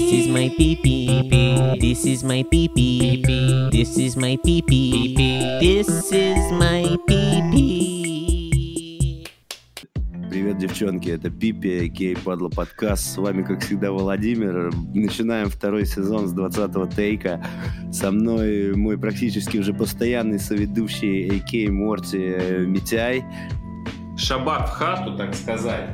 This is my pee-pee. This is my pee-pee. This is my pee-pee. This is my pee-pee. Привет, девчонки, это Пипи, Кей Падла подкаст. С вами, как всегда, Владимир. Начинаем второй сезон с 20-го тейка. Со мной мой практически уже постоянный соведущий А.К. Морти Митяй. Шаббат в хату, так сказать.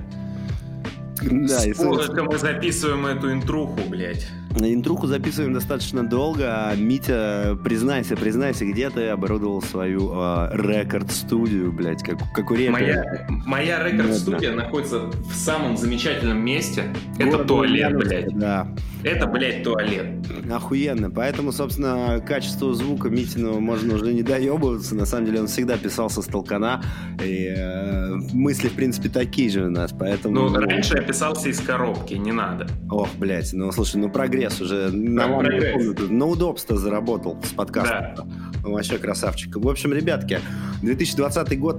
Да, Сколько мы записываем эту интруху, блядь. Интруху записываем достаточно долго. Митя, признайся, где ты оборудовал свою рекорд-студию, блядь, как у репера? Моя рекорд-студия находится в самом замечательном месте. Это туалет, блядь. Да. Это, блядь, туалет. Охуенно. Поэтому, собственно, качество звука Митиного можно уже не доебываться. На самом деле он всегда писал со столкана. И мысли, в принципе, такие же у нас. Поэтому... Ну, раньше я писался из коробки, не надо. Ох, блядь, ну, слушай, прогресс уже. На удобство заработал с подкастом. Да. Вообще красавчик. В общем, ребятки, 2020 год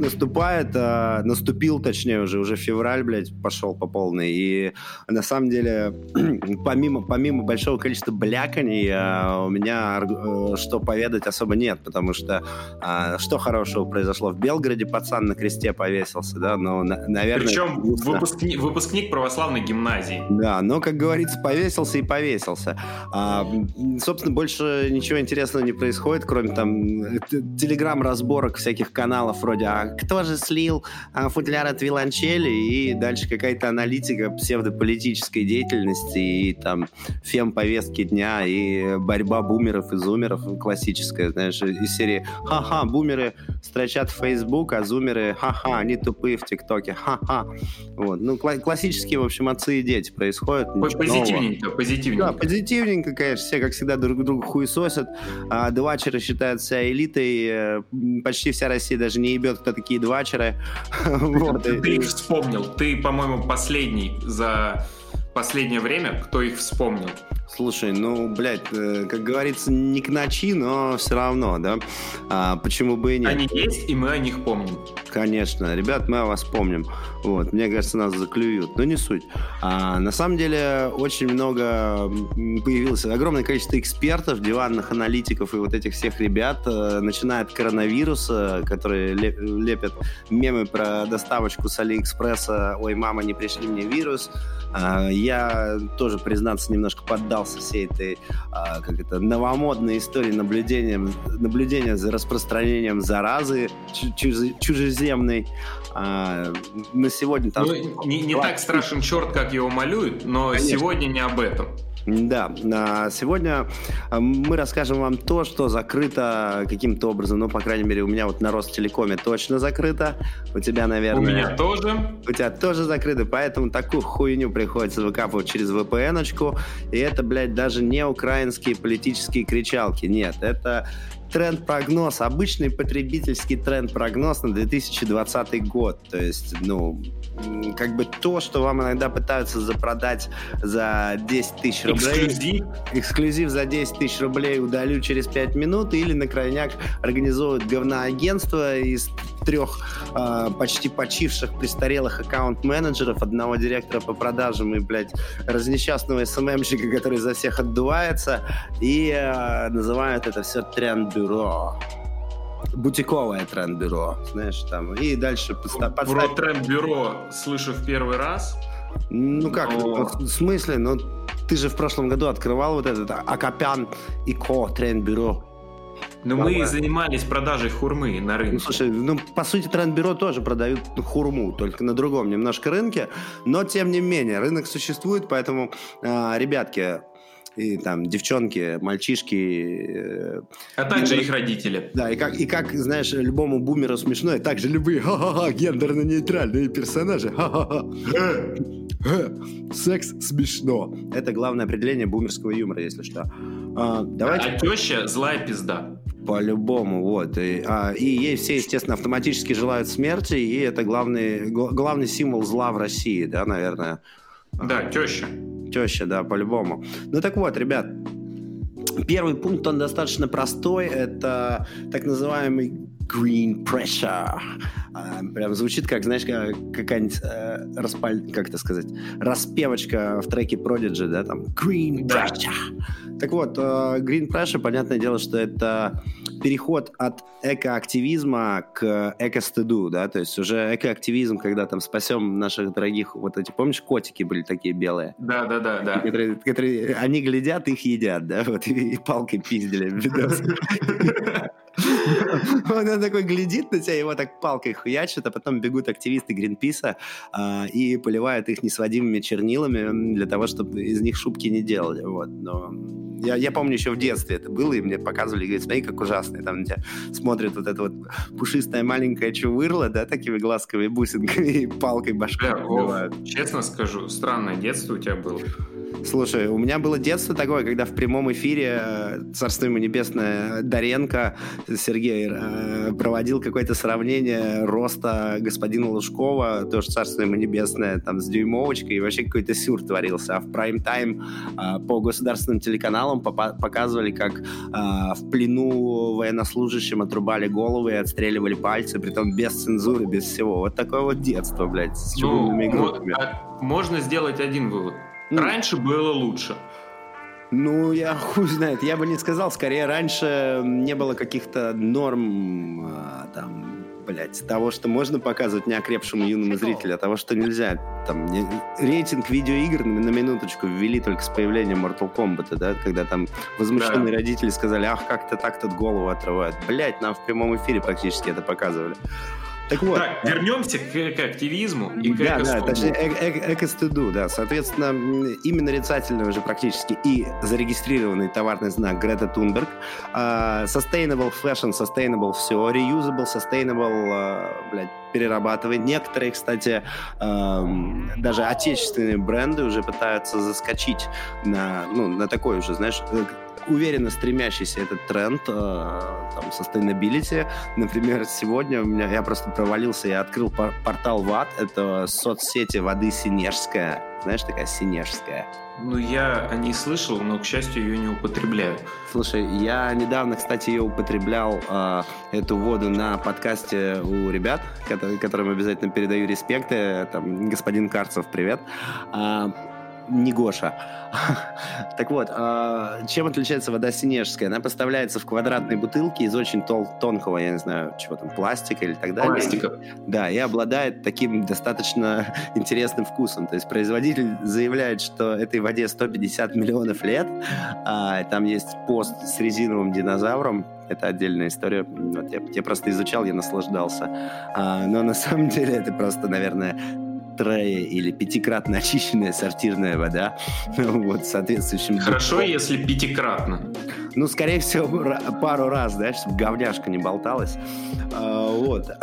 наступил, точнее, уже февраль, блядь, пошел по полной. И на самом деле, помимо большого количества бляканий, у меня что поведать особо нет, потому что что хорошего произошло в Белгороде, пацан на кресте повесился, да, но, наверное... Причем выпускник православной гимназии. Да, но, как говорится, повесился и повесился. Собственно, больше ничего интересного не происходит, кроме там телеграм-разборок всяких каналов вроде «А кто же слил футляр от виолончели?» и дальше какая-то аналитика псевдополитической деятельности и там фем-повестки дня и борьба бумеров и зумеров классическая, знаешь, из серии «Ха-ха, бумеры строчат в Facebook, а зумеры, ха-ха, они тупые в ТикТоке, ха-ха». Вот. Ну, классические, в общем, отцы и дети происходят. Позитивненько. Да, позитивненько, конечно, все, как всегда, друг друга хуесосят. Двачеры считают себя элитой, почти вся Россия даже не ебет, кто такие двачеры. Ты их вспомнил, ты, по-моему, последний за последнее время, кто их вспомнил. Слушай, ну, блядь, как говорится, не к ночи, но все равно, да? Почему бы и нет? Они есть, и мы о них помним. Конечно, ребят, мы о вас помним. Вот, мне кажется, нас заклюют, но не суть. На самом деле, очень много появилось, огромное количество экспертов, диванных аналитиков и вот этих всех ребят, начиная от коронавируса, которые лепят мемы про доставочку с Алиэкспресса «Ой, мама, не пришли мне вирус». Я тоже, признаться, немножко поддался всей этой новомодной истории наблюдения за распространением заразы чужеземной. На сегодня там... Не так страшен черт, как его малюют, но конечно. Сегодня не об этом. Да, сегодня мы расскажем вам то, что закрыто каким-то образом, ну, по крайней мере, у меня вот на Ростелекоме точно закрыто, у тебя, наверное... У меня тоже. У тебя тоже закрыто, поэтому такую хуйню приходится выкапывать через VPN-очку, и это, блядь, даже не украинские политические кричалки, нет, это... Тренд-прогноз, обычный потребительский тренд-прогноз на 2020 год. То есть, ну, как бы то, что вам иногда пытаются запродать за 10 тысяч рублей. Эксклюзив за 10 тысяч рублей удалю через 5 минут. Или на крайняк организовывают говноагентство из 3 почти почивших престарелых аккаунт-менеджеров, одного директора по продажам и, блядь, разнесчастного СММщика, который за всех отдувается, и называют это все тренд-бюро. Бутиковое тренд-бюро, знаешь, там, и дальше Про тренд-бюро слышу в первый раз. Ну как, в смысле, ну ты же в прошлом году открывал вот этот Акопян и Ко тренд-бюро. Но мы занимались продажей хурмы на рынке. Ну, слушай, ну, по сути, тренд-бюро тоже продают хурму, только на другом немножко рынке, но, тем не менее, рынок существует, поэтому, ребятки, и там девчонки, мальчишки... А также их родители. Да, и как, знаешь, любому бумеру смешно, и также любые ха-ха-ха, гендерно-нейтральные персонажи, ха-ха-ха. Секс смешно. Это главное определение бумерского юмора, если что. Давайте... А теща злая пизда. По-любому, вот. И ей все, естественно, автоматически желают смерти, и это главный символ зла в России, да, наверное. Да, теща. Теща, да, по-любому. Ну так вот, ребят, первый пункт, он достаточно простой. Это так называемый Green Pressure. Прям звучит как, знаешь, какая-нибудь как это сказать, распевочка в треке Prodigy, да, там Green Pressure. Так вот, Green Pressure, понятное дело, что это переход от экоактивизма к экостыду, да, то есть уже экоактивизм, когда там спасем наших дорогих, вот эти, помнишь, котики были такие белые? Да. Которые они глядят, их едят, да, вот, и палкой пиздили в видос. Он такой глядит на тебя, его так палкой хуячит, а потом бегут активисты Гринписа и поливают их несводимыми чернилами для того, чтобы из них шубки не делали. Вот. Но я помню, еще в детстве это было, и мне показывали, говорят, смотри, как ужасно. И там на тебя смотрит вот эта вот пушистая маленькая чувырла, да, такими глазками, бусинками и палкой башка убивают. Честно скажу, странное детство у тебя было. Слушай, у меня было детство такое, когда в прямом эфире царство ему небесное Доренко Сергей проводил какое-то сравнение роста господина Лужкова, тоже царство ему небесное, там с дюймовочкой, и вообще какой-то сюр творился. А в прайм-тайм по государственным телеканалам показывали, как в плену военнослужащим отрубали головы и отстреливали пальцы, притом без цензуры, без всего. Вот такое вот детство, блядь, с чугунными игрушками. Можно сделать один вывод. Раньше было лучше. Ну, я хуй знает. Я бы не сказал. Скорее, раньше не было каких-то норм, там, блядь, того, что можно показывать неокрепшему юному зрителю, а того, что нельзя. Там, рейтинг видеоигр на минуточку ввели только с появлением Mortal Kombat, да, когда там возмущенные родители сказали, ах, как-то так тут голову отрывают. Блядь, нам в прямом эфире практически это показывали. Так вот. Так, вернемся к активизму и к экостыду. Да, точнее, экостыду, да. Соответственно, именно нарицательный уже практически и зарегистрированный товарный знак Грета Тунберг. Sustainable fashion, sustainable все. Reusable, sustainable, перерабатывай. Некоторые, кстати, даже отечественные бренды уже пытаются заскочить на такой уже, знаешь, уверенно стремящийся этот тренд, там, sustainability. Например, сегодня я просто провалился, я открыл портал ВАД, это соцсети воды Сенежская. Знаешь, такая Сенежская. Ну, я о ней слышал, но, к счастью, ее не употребляю. Слушай, я недавно, кстати, ее употреблял, эту воду, на подкасте у ребят, которым обязательно передаю респекты. Там, господин Карцев, привет. Не Гоша. Так вот, чем отличается вода Сенежская? Она поставляется в квадратной бутылке из очень тонкого, я не знаю, чего там, пластика или так далее. Пластика. Да, и обладает таким достаточно интересным вкусом. То есть производитель заявляет, что этой воде 150 миллионов лет. Там есть пост с резиновым динозавром. Это отдельная история. Вот я просто изучал, я наслаждался. Но на самом деле это просто, наверное, или 5-кратно очищенная сортирная вода. Вот, соответствующим... Хорошо, если 5-кратно. Ну, скорее всего, пару раз, да, чтобы говняшка не болталась. Вот.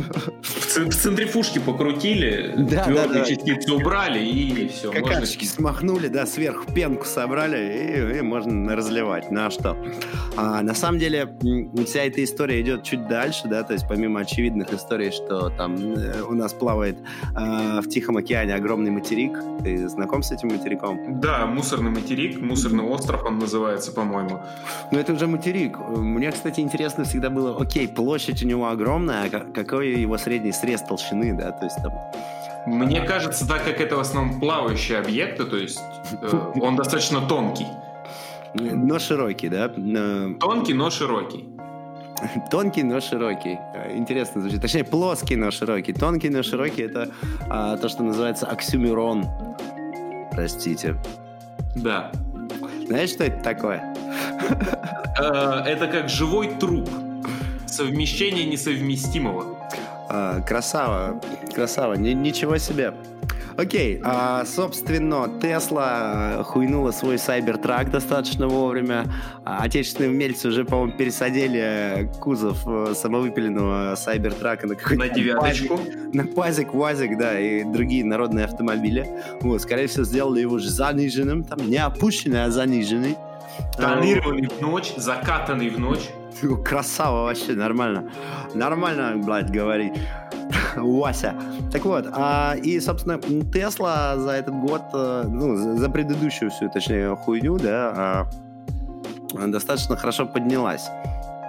В центрифужке покрутили, твердые частицы убрали, и все. Какашечки смахнули, да, сверху пенку собрали, и можно разливать. Ну, а что? На самом деле, вся эта история идет чуть дальше, да, то есть помимо очевидных историй, что там у нас плавает в Тихом океане огромный материк. Ты знаком с этим материком? Да, мусорный материк, мусорный остров он называется, по-моему. Ну, это уже материк. Мне, кстати, интересно всегда было, окей, площадь у него огромная, а какой его средний срез толщины, да, то есть там... Мне кажется, так как это в основном плавающие объекты, то есть он достаточно тонкий. Но широкий, да? Тонкий, но широкий. Тонкий, но широкий. Интересно звучит. Точнее, плоский, но широкий. Тонкий, но широкий — это то, что называется оксюмирон. Простите. Да. Знаешь, что это такое? Это как живой труп. Совмещение несовместимого. Красава. Ничего себе. Окей, собственно, Тесла хуйнула свой Cybertruck достаточно вовремя. Отечественные умельцы уже, по-моему, пересадили кузов самовыпиленного Cybertruck на какой-то... На девяточку. На пазик, УАЗик, да, и другие народные автомобили. Вот, скорее всего, сделали его же заниженным, там, не опущенный, а заниженный. Тонированный в ночь, закатанный в ночь. Красава вообще, нормально. Нормально, блядь, говори. Вася. Так вот, и, собственно, Тесла за этот год, за предыдущую всю, точнее, хуйню, да, достаточно хорошо поднялась.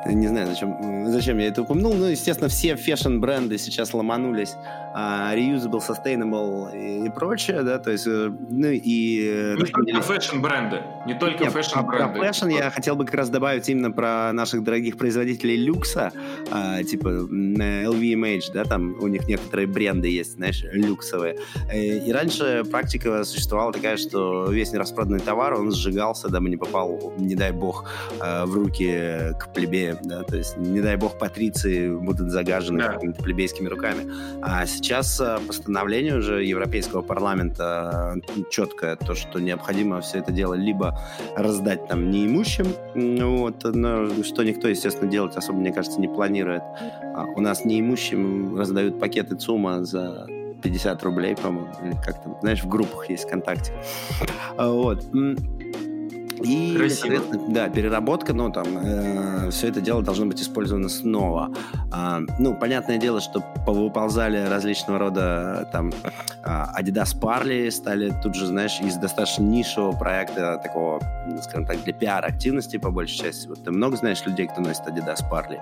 Не знаю, зачем я это упомянул. Ну, естественно, все фэшн-бренды сейчас ломанулись. Reusable, sustainable и прочее, да, то есть, ну, и... Не только фэшн-бренды, не только фэшн-бренды. Про фэшн я хотел бы как раз добавить именно про наших дорогих производителей люкса, типа LVMH, да, там у них некоторые бренды есть, знаешь, люксовые. И раньше практика существовала такая, что весь нераспроданный товар, он сжигался, дабы не попал, не дай бог, в руки к плебеям, да, то есть, не дай бог, патриции будут загажены какими-то плебейскими руками. А сейчас постановление уже Европейского парламента четкое, то, что необходимо все это дело либо раздать там неимущим, вот, но что никто, естественно, делать особо, мне кажется, не планирует. У нас неимущим раздают пакеты ЦУМа за 50 рублей, по-моему, или как там, знаешь, в группах есть ВКонтакте. Вот. И, соответственно, да, переработка, ну, там, все это дело должно быть использовано снова. Ну, понятное дело, что повыползали различного рода, там, Adidas Parley стали тут же, знаешь, из достаточно нишевого проекта, такого, скажем так, для пиар-активности, по большей части. Вот ты много знаешь людей, кто носит Adidas Parley?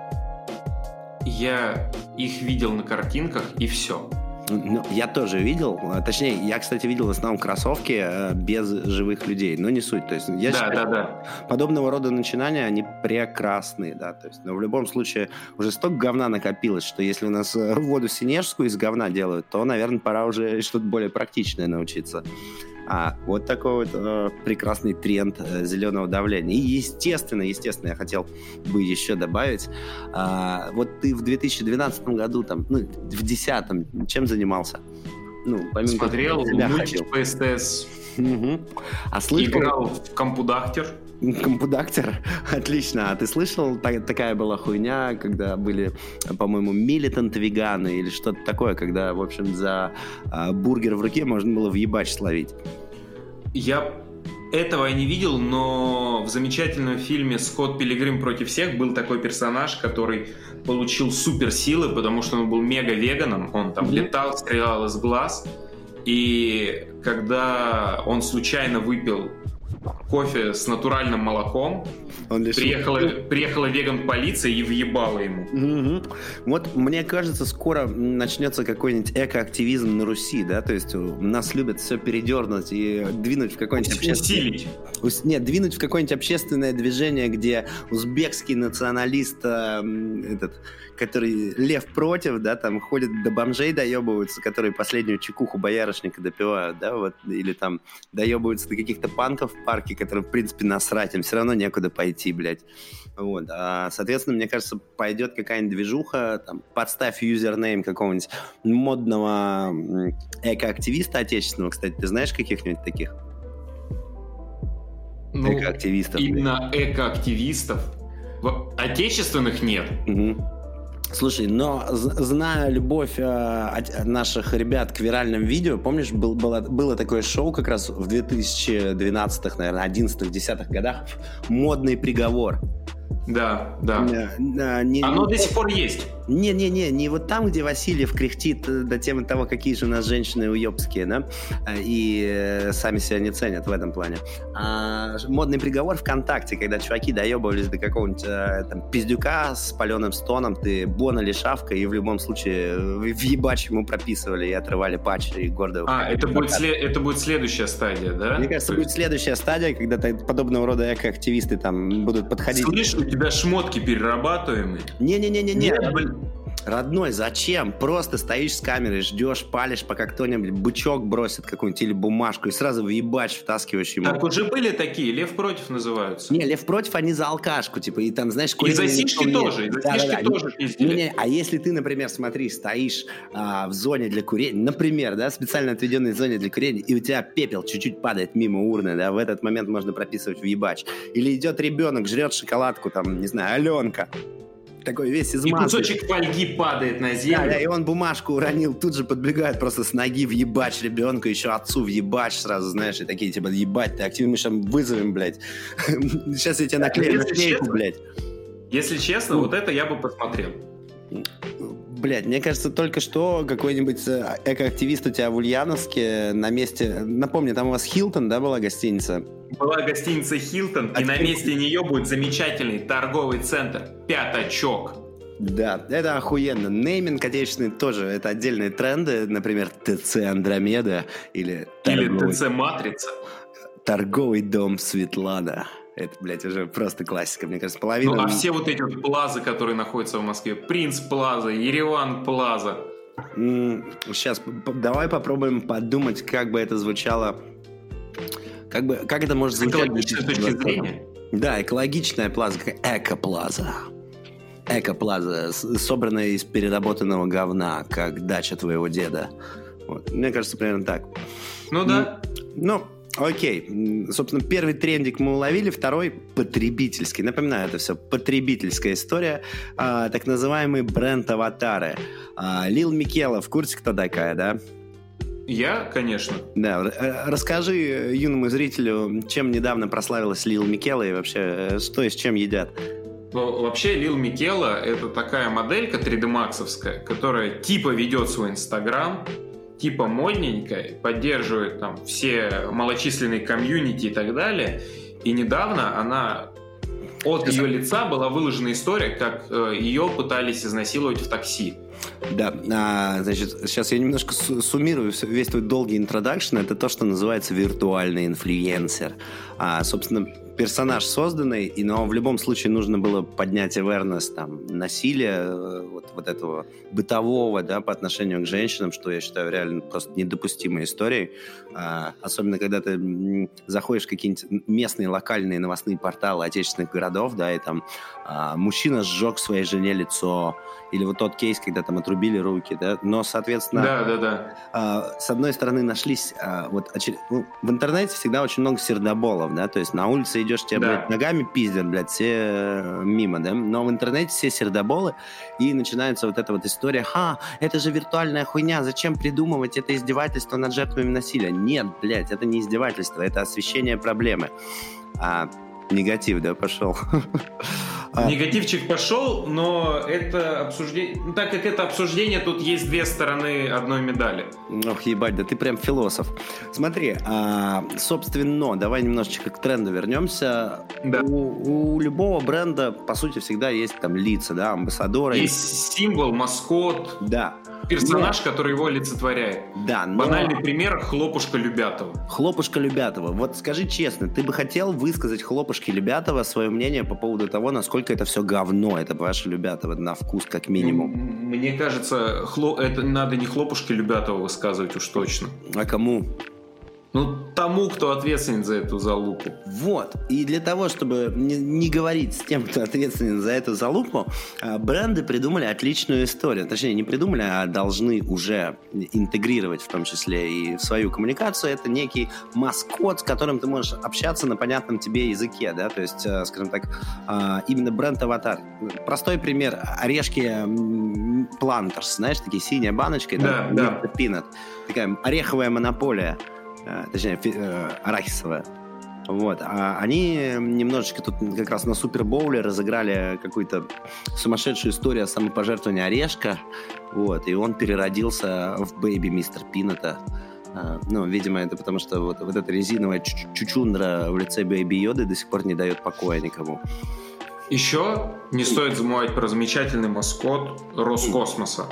Я их видел на картинках, и все. Ну, я тоже видел, точнее, я, кстати, видел в основном кроссовки без живых людей, но не суть. То есть, я считаю, подобного рода начинания, они прекрасные, да, то есть, но в любом случае уже столько говна накопилось, что если у нас воду синежскую из говна делают, то, наверное, пора уже что-то более практичное научиться. Вот такой вот прекрасный тренд зеленого давления. И естественно, я хотел бы еще добавить, вот ты в 2012 году, там, ну, в 2010 чем занимался? Ну, помимо смотрел мультик по СТС. Угу. Слышал? Играл в Компудактер. Компудактер? Отлично. А ты слышал, такая была хуйня, когда были, по-моему, милитант-веганы или что-то такое, когда, в общем, за бургер в руке можно было въебач словить? Я этого я не видел, но в замечательном фильме «Скотт Пилигрим против всех» был такой персонаж, который получил суперсилы, потому что он был мега-веганом, он там летал, стрелял из глаз, и когда он случайно выпил кофе с натуральным молоком, приехала веган-полиция и въебала ему. Угу. Вот мне кажется, скоро начнется какой-нибудь экоактивизм на Руси, да, то есть нас любят все передернуть и двинуть в какое-нибудь двинуть в какое-нибудь общественное движение, где узбекский националист, который лев против, да, там ходят до бомжей доебываются, которые последнюю чекуху боярышника допивают, да, вот, или там доебываются до каких-то панков в парке, которым, в принципе, насрать, им все равно некуда пойти, блядь. Вот. Соответственно, мне кажется, пойдет какая-нибудь движуха, там, подставь юзернейм какого-нибудь модного экоактивиста отечественного, кстати, ты знаешь каких-нибудь таких? Экоактивистов. Именно экоактивистов? Отечественных нет. Угу. Слушай, но зная любовь наших ребят к виральным видео, помнишь, было такое шоу как раз в 2012-х, наверное, 11-х, 10-х годах «Модный приговор». Да. Оно до сих пор есть. Не вот там, где Васильев кряхтит до темы того, какие же у нас женщины уебские, да, и сами себя не ценят в этом плане. Модный приговор ВКонтакте, когда чуваки доебывались до какого-нибудь там пиздюка с паленым стоном, ты Бон или Шавка, и в любом случае в ебач ему прописывали и отрывали патчи и гордо... Это будет следующая стадия, да? Мне кажется, будет следующая стадия, когда подобного рода экоактивисты там будут подходить... Слышь, у тебя шмотки перерабатываемые? Не-не-не-не-не. Родной, зачем? Просто стоишь с камерой, ждешь, палишь, пока кто-нибудь бычок бросит какую-нибудь или бумажку, и сразу въебач втаскиваешь ему. Так уже были такие, Лев против называются. Не, Лев против, они за алкашку, типа, и там, знаешь... И за сишки тоже, пиздили. Не, а если ты, например, смотри, стоишь в зоне для курения, например, да, специально отведенной зоне для курения, и у тебя пепел чуть-чуть падает мимо урны, да, в этот момент можно прописывать въебач. Или идет ребенок, жрет шоколадку, там, не знаю, Аленка. Такой весь измазанный. И кусочек фольги падает на землю. Да, и он бумажку уронил, тут же подбегает просто с ноги въебач ребенка, еще отцу въебач сразу, знаешь, и такие, типа, ебать, ты активно, мы сейчас вызовем, блядь. Сейчас я тебя наклею наклейку, блядь. Если честно, вот это я бы посмотрел. Блядь, мне кажется, только что какой-нибудь экоактивист у тебя в Ульяновске на месте... Напомню, там у вас Хилтон, да, была гостиница? Была гостиница Хилтон, и на месте нее будет замечательный торговый центр «Пятачок». Да, это охуенно. Нейминг отечественный тоже, это отдельные тренды, например, ТЦ Андромеда или ТЦ Матрица. Торговый дом Светлана. Это, блядь, уже просто классика, мне кажется, половина... Ну, а все вот эти вот плазы, которые находятся в Москве, Принц Плаза, Ереван Плаза. Сейчас, давай попробуем подумать, как бы это звучало... Как это может звучать... С экологичной точки зрения. Да, экологичная плаза, экоплаза. Экоплаза, собранная из переработанного говна, как дача твоего деда. Вот. Мне кажется, примерно так. Ну да. Ну, окей. Собственно, первый трендик мы уловили, второй потребительский. Напоминаю, это все потребительская история. Так называемый бренд-аватары. Лил Микела, в курсе, кто такая, да? Я, конечно. Да, расскажи юному зрителю, чем недавно прославилась Лил Микела и вообще, что и с чем едят. Ну, вообще, Лил Микела — это такая моделька 3D-максовская, которая типа ведет свой Инстаграм, типа модненькая, поддерживает там все малочисленные комьюнити и так далее. И недавно она... От ее лица была выложена история, как ее пытались изнасиловать в такси. Да, значит, сейчас я немножко суммирую весь твой долгий интродакшн. Это то, что называется виртуальный инфлюенсер. Собственно, персонаж созданный, но в любом случае нужно было поднять awareness там, насилия, вот этого бытового, да, по отношению к женщинам, что я считаю реально просто недопустимой историей. Особенно, когда ты заходишь в какие-нибудь местные, локальные новостные порталы отечественных городов, да, и там мужчина сжег своей жене лицо, или вот тот кейс, когда там отрубили руки, да, но, соответственно... Да. С одной стороны, нашлись... в интернете всегда очень много сердоболов, да, то есть на улице идешь, тебя, блядь, ногами пиздят, блядь, все мимо, да, но в интернете все сердоболы, и начинается вот эта вот история, это же виртуальная хуйня, зачем придумывать это издевательство над жертвами насилия? Нет, блядь, это не издевательство, это освещение проблемы. Негатив, да, пошел. Негативчик пошел, но это обсуждение... Так как это обсуждение, тут есть две стороны одной медали. Ох, ебать, да ты прям философ. Смотри, собственно, давай немножечко к тренду вернемся. Да. У любого бренда, по сути, всегда есть там лица, да, амбассадоры. Есть символ, маскот. Да. Персонаж, который его олицетворяет. Да, но... Банальный пример — Хлопушка Любятова. Хлопушка Любятова. Вот скажи честно, ты бы хотел высказать Хлопушке Любятова свое мнение по поводу того, насколько это все говно, это ваша Любятова на вкус как минимум? Мне кажется, это надо не Хлопушке Любятова высказывать уж точно. А кому? Ну, тому, кто ответственен за эту залупу. Вот. И для того, чтобы не говорить с тем, кто ответственен за эту залупу, бренды придумали отличную историю. Точнее, не придумали, а должны уже интегрировать в том числе и в свою коммуникацию. Это некий маскот, с которым ты можешь общаться на понятном тебе языке, да, то есть, скажем так, именно бренд-аватар. Простой пример. Орешки Planters, знаешь, такие синяя баночка, да. Peanut. Такая ореховая монополия. Точнее, арахисовая. Вот. А они немножечко тут как раз на Супербоуле разыграли какую-то сумасшедшую историю о самопожертвовании орешка. Вот. И он переродился в бэйби мистер Пината. Ну, видимо, это потому, что вот эта резиновая чучундра в лице бэйби Йоды до сих пор не дает покоя никому. Еще не стоит забывать про замечательный маскот Роскосмоса.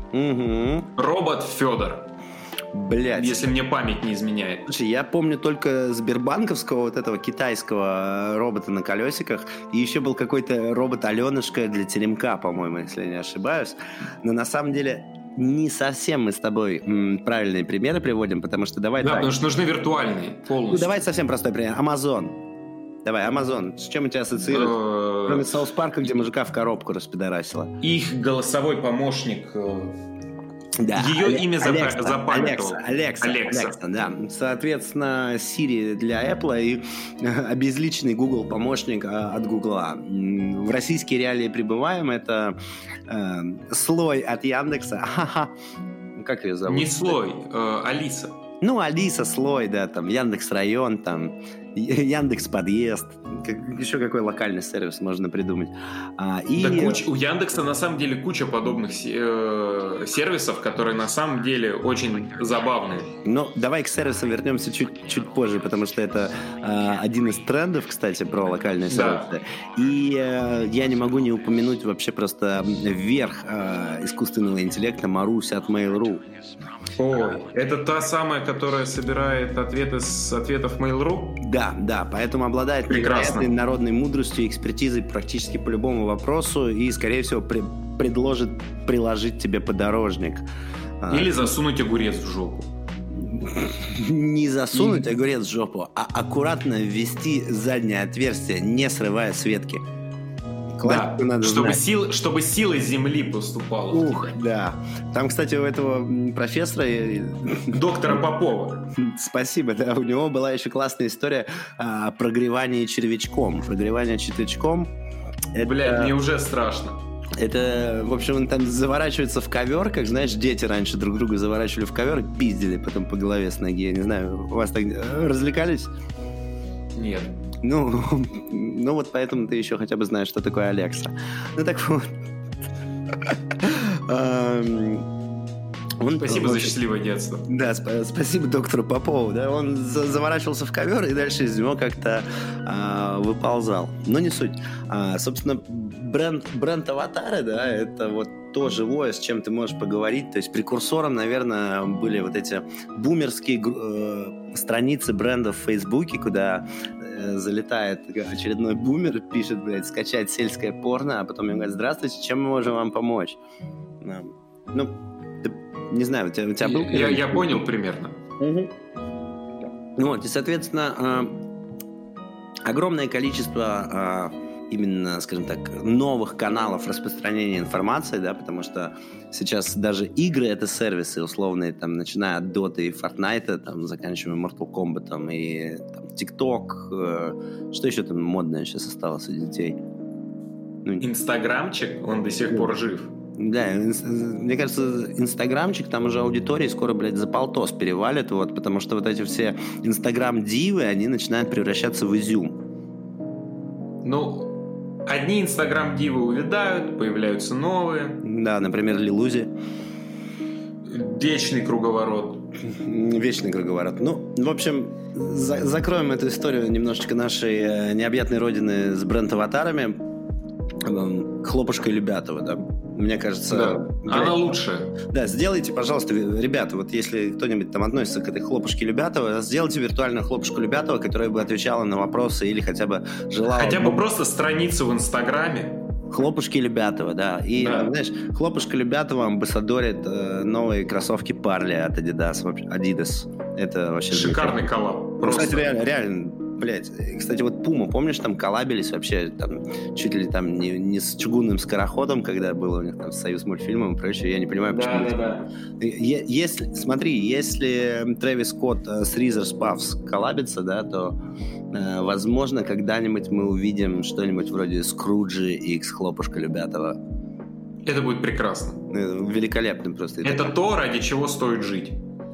Робот Федор. Блять. Если мне память не изменяет. Слушай, я помню только сбербанковского вот этого китайского робота на колесиках. И еще был какой-то робот Аленушка для теремка, по-моему, если я не ошибаюсь. Но на самом деле не совсем мы с тобой правильные примеры приводим, потому что давай... Да, потому что нужны виртуальные полностью. Ну, давай совсем простой пример. Амазон. Давай, Амазон. С чем у тебя ассоциирует? Кроме Саус Парка, где мужика в коробку распидорасило. Их голосовой помощник... Да, ее имя запамятовал. Алекса, да. Соответственно, Siri для Apple и обезличенный Google помощник от Google. В российские реалии прибываем. Это слой от Яндекса. Как ее зовут? Не слой, Алиса. Ну, Алиса, слой, да, там, Яндекс.Район, там, Яндекс.Подъезд, еще какой локальный сервис можно придумать. Да, у Яндекса на самом деле куча подобных сервисов, которые на самом деле очень забавные. Но давай к сервисам вернемся чуть позже, потому что это один из трендов, кстати, про локальные сервисы. Да. И я не могу не упомянуть вообще просто верх искусственного интеллекта Маруся от Mail.ru. Ой, это та самая, которая собирает ответы с ответов Mail.ru? Да, поэтому обладает невероятной народной мудростью и экспертизой практически по любому вопросу и, скорее всего, предложит приложить тебе подорожник. Или засунуть огурец в жопу. Не засунуть огурец в жопу, а аккуратно ввести заднее отверстие, не срывая с ветки. Да, чтобы сила земли поступала. Ух, да. Там, кстати, у этого профессора... Доктора Попова. Спасибо, да. У него была еще классная история о прогревании червячком. Прогревание червячком... Блядь, мне уже страшно. Это, в общем, он там заворачивается в ковер, как, знаешь, дети раньше друг друга заворачивали в ковер и пиздили потом по голове с ноги. Я не знаю, у вас так развлекались? Нет. Ну вот поэтому ты еще хотя бы знаешь, что такое Алекса. Ну так вот. Спасибо за счастливое детство. Да, спасибо доктору Попову. Да, он заворачивался в ковер и дальше из него как-то выползал. Но не суть. Собственно, бренд аватары, да, это вот то живое, с чем ты можешь поговорить. То есть прекурсором, наверное, были вот эти бумерские страницы брендов в Фейсбуке, куда залетает очередной бумер, пишет, блядь, скачать сельское порно, а потом ему говорят: здравствуйте, чем мы можем вам помочь? Ну, не знаю, у тебя был... Я понял примерно. Угу. Вот, и, соответственно, огромное количество именно, скажем так, новых каналов распространения информации, да, потому что сейчас даже игры — это сервисы условные, там, начиная от Dota и Fortnite, там, заканчивая Mortal Kombat и там, TikTok, что еще там модное сейчас осталось у детей? Инстаграмчик, он до сих пор жив. Да, мне кажется, инстаграмчик, там уже аудитории скоро, блядь, за полтос перевалит, вот, потому что вот эти все инстаграм-дивы, они начинают превращаться в изюм. Ну, одни инстаграм-дивы увядают, появляются новые. Да, например, Лилузи. Вечный круговорот. Вечный круговорот. Ну, в общем, закроем эту историю немножечко нашей необъятной родины с бренд-аватарами. Хлопушка Любятова, да? Мне кажется... Да, она лучшая. Да, сделайте, пожалуйста, ребята, вот если кто-нибудь там относится к этой хлопушке Любятова, сделайте виртуальную хлопушку Любятова, которая бы отвечала на вопросы или хотя бы желала... Хотя бы просто страницу в Инстаграме. Хлопушки Любятова, да. И, знаешь, хлопушка Любятова амбассадорит новые кроссовки Парли от Adidas. Это вообще... Шикарный коллаб. Просто. Кстати, реально, блядь. Кстати, вот Пума, помнишь, там коллабились вообще там, чуть ли там не с чугунным скороходом, когда был у них там союз мультфильмом и прочее. Я не понимаю, почему. Да. Смотри, если Трэвис Скотт с Reezers Puffs коллабится, да, то возможно, когда-нибудь мы увидим что-нибудь вроде Скруджи X Хлопушка Любятова. Это будет прекрасно. Великолепно просто. Это то, ради чего стоит жить.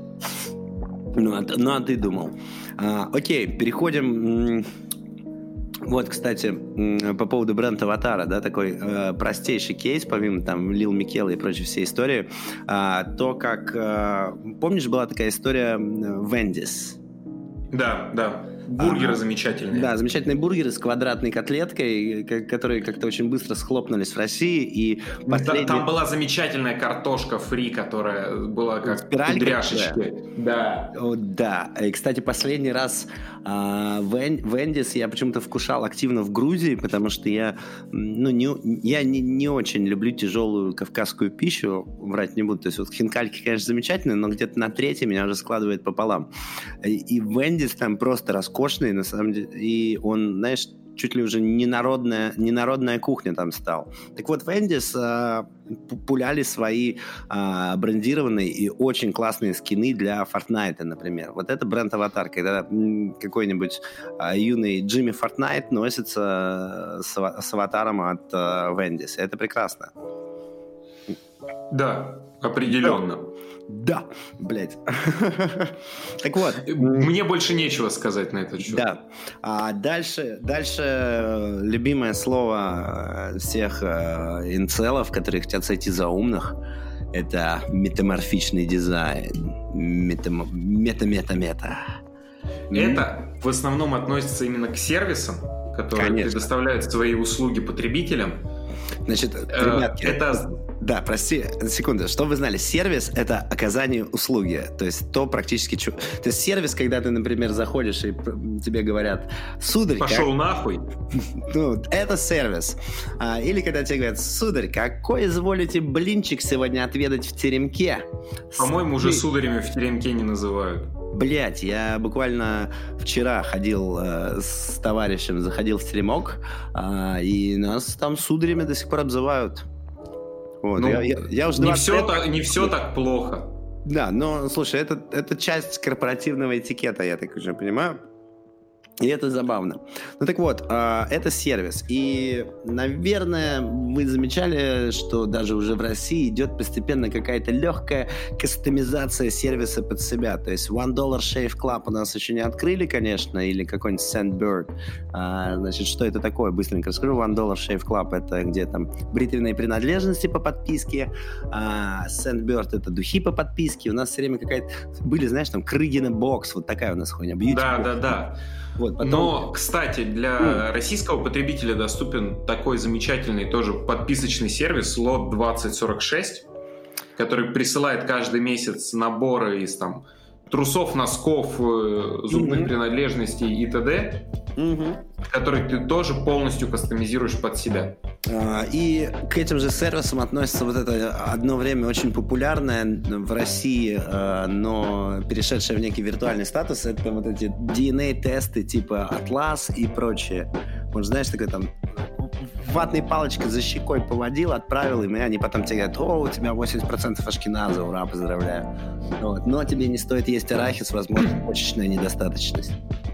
Ну, а ты думал. Окей, переходим. Вот, кстати, по поводу бренда-аватара, да, такой простейший кейс, помимо там Лил Микела и прочей всей истории, то, как... помнишь, была такая история Wendy's? Да. Бургеры замечательные. Да, замечательные бургеры с квадратной котлеткой, которые как-то очень быстро схлопнулись в России. И там была замечательная картошка фри, которая была как кудряшечки. Да. Да. И, кстати, последний раз Wendy's я почему-то вкушал активно в Грузии, потому что я не очень люблю тяжелую кавказскую пищу, врать не буду. То есть вот хинкальки, конечно, замечательные, но где-то на третьей меня уже складывает пополам. И Wendy's там просто роскошный, на самом деле, и он, знаешь, чуть ли уже не народная кухня там стал. Так вот, Wendy's пуляли свои брендированные и очень классные скины для Fortnite, например. Вот это бренд-аватар, когда какой-нибудь юный Джимми Fortnite носится с аватаром от Wendy's. Это прекрасно. Да. Определенно. Да, блядь. Так вот. Мне больше нечего сказать на этот счет. Да. А дальше любимое слово всех инцелов, которые хотят сойти за умных, это метаморфичный дизайн. Мета. Это в основном относится именно к сервисам, которые предоставляют свои услуги потребителям. Значит, ребятки, да, прости, секунду. Что вы знали? Сервис — это оказание услуги. То есть то практически... То есть сервис, когда ты, например, заходишь и тебе говорят: сударь... Пошел нахуй. Ну, это сервис. Или когда тебе говорят: сударь, какой изволите блинчик сегодня отведать в теремке? По-моему, уже сударями в теремке не называют. Блять, я буквально вчера ходил с товарищем, заходил в теремок, и нас там сударями до сих пор обзывают. Вот. Ну, я уже не все так плохо. Да, но, слушай, это часть корпоративного этикета, я так уже понимаю. И это забавно. Ну так вот, это сервис. И, наверное, вы замечали, что даже уже в России идет постепенно какая-то легкая кастомизация сервиса под себя. То есть $1 Shave Club у нас еще не открыли, конечно, или какой-нибудь Sandbird. Значит, что это такое? Быстренько расскажу. $1 Shave Club — это где там бритвенные принадлежности по подписке. Sandbird — это духи по подписке. У нас все время какая-то... Были, знаешь, там Крыгина бокс, вот такая у нас хуйня. Да. Вот, потом... Но, кстати, для российского потребителя доступен такой замечательный тоже подписочный сервис Lot 2046, который присылает каждый месяц наборы из там трусов, носков, зубных принадлежностей и т.д., который ты тоже полностью кастомизируешь под себя. И к этим же сервисам относится вот это одно время очень популярное в России, но перешедшее в некий виртуальный статус, это вот эти DNA-тесты типа Atlas и прочее. Может, знаешь, такой там ватной палочкой за щекой поводил, отправил им, и они потом тебе говорят: о, у тебя 80% ашкеназа, ура, поздравляю. Вот. Но тебе не стоит есть арахис, возможно, почечная недостаточность.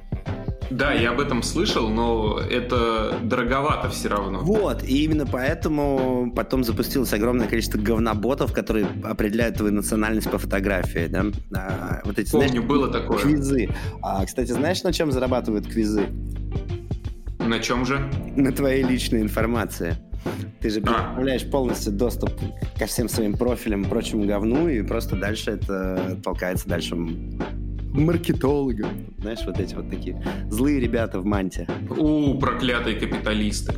Да, я об этом слышал, но это дороговато все равно. Вот, и именно поэтому потом запустилось огромное количество говноботов, которые определяют твою национальность по фотографии, да? Вот эти, помню, знаешь, было такое. Квизы. Кстати, знаешь, на чем зарабатывают квизы? На чем же? На твоей личной информации. Ты же предоставляешь полностью доступ ко всем своим профилям и прочему говну, и просто дальше это толкается дальше маркетологам. Знаешь, вот эти вот такие злые ребята в манте. Проклятые капиталисты.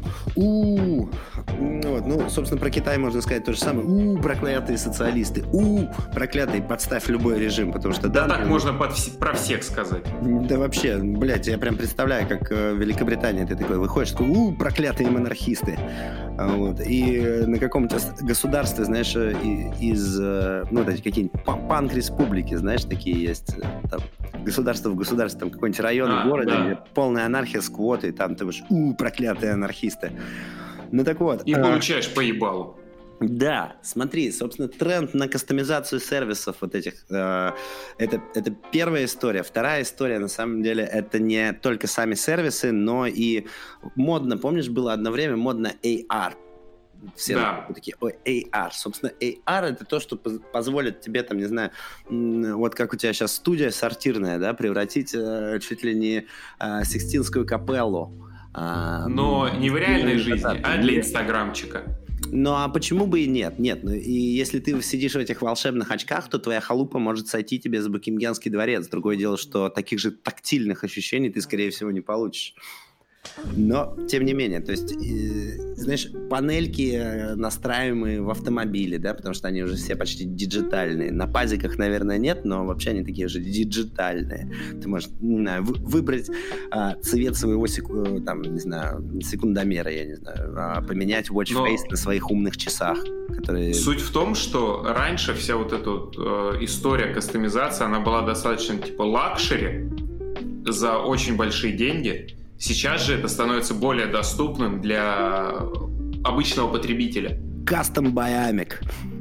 Вот, ну, собственно, про Китай можно сказать то же самое. Проклятые социалисты. Проклятые, подставь любой режим, потому что... Да, так можно про всех сказать. Да вообще, блядь, я прям представляю, как в Великобритании ты такой выходишь, такой: проклятые монархисты. Вот, и на каком-то государстве, знаешь, из, ну, вот эти какие-нибудь панк-республики, знаешь, такие есть, там, государство в государстве, там какой-нибудь район в городе, где полная анархия, сквоты, и там ты будешь: проклятые анархисты. Ну так вот. И получаешь по ебалу. Да, смотри, собственно, тренд на кастомизацию сервисов вот этих, это первая история. Вторая история, на самом деле, это не только сами сервисы, но и модно, помнишь, было одно время модно AR. Все такие: ой, AR. Собственно, AR — это то, что позволит тебе, там, не знаю, вот как у тебя сейчас студия сортирная, да, превратить чуть ли не Сикстинскую капеллу. Но не в реальной жизни, а для инстаграмчика. Ну, а почему бы и нет? Нет, ну, и если ты сидишь в этих волшебных очках, то твоя халупа может сойти тебе за Букингемский дворец. Другое дело, что таких же тактильных ощущений ты, скорее всего, не получишь. Но, тем не менее, то есть, знаешь, панельки настраиваемые в автомобиле, да, потому что они уже все почти диджитальные. На пазиках, наверное, нет, но вообще они такие же диджитальные. Ты можешь, не знаю, выбрать цвет своего там, не знаю, секундомера, я не знаю, поменять watch face на своих умных часах, которые... Суть в том, что раньше вся вот эта вот история кастомизации, она была достаточно типа лакшери за очень большие деньги. Сейчас же это становится более доступным для обычного потребителя. Custom Biamic.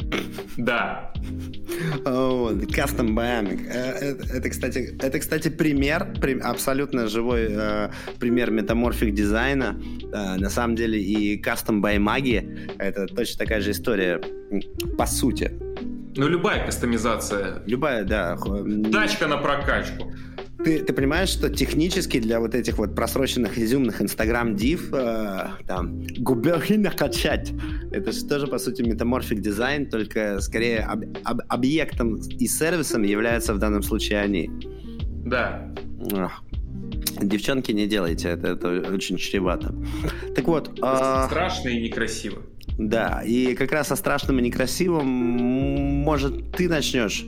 Да. Custom Biamic. Это, кстати, пример, абсолютно живой пример метаморфик дизайна. На самом деле и Custom by Maggie — это точно такая же история, по сути. Ну, любая кастомизация. Любая, да. Тачка на прокачку. Ты понимаешь, что технически для вот этих вот просроченных изюмных Instagram-див там губеры накачать, это же тоже, по сути, метаморфик дизайн, только скорее объектом и сервисом являются в данном случае они. Да. Девчонки, не делайте это очень чревато. Так вот. Страшно и некрасиво. Да, и как раз о страшном и некрасивом, может, ты начнешь